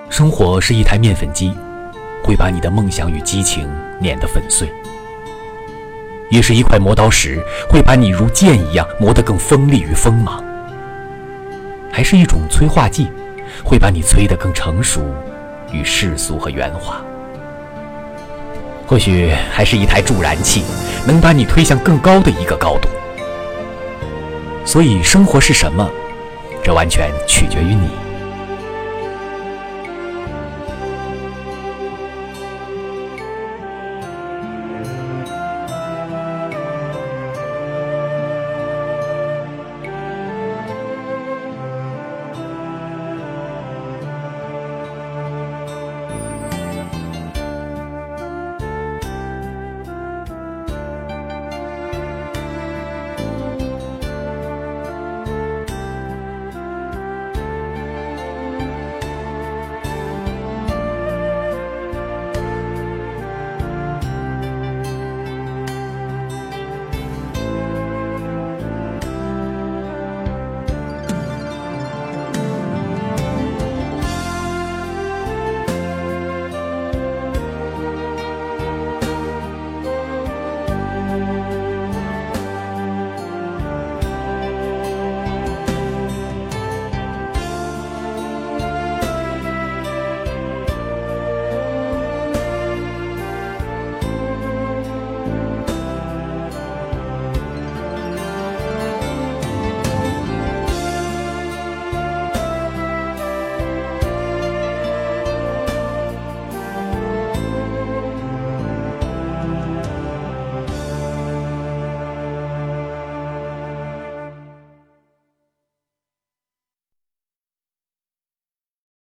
生活是一台面粉机，会把你的梦想与激情碾得粉碎；也是一块磨刀石，会把你如剑一样磨得更锋利与锋芒；还是一种催化剂，会把你催得更成熟与世俗和圆滑；或许还是一台助燃器，能把你推向更高的一个高度。所以生活是什么，这完全取决于你。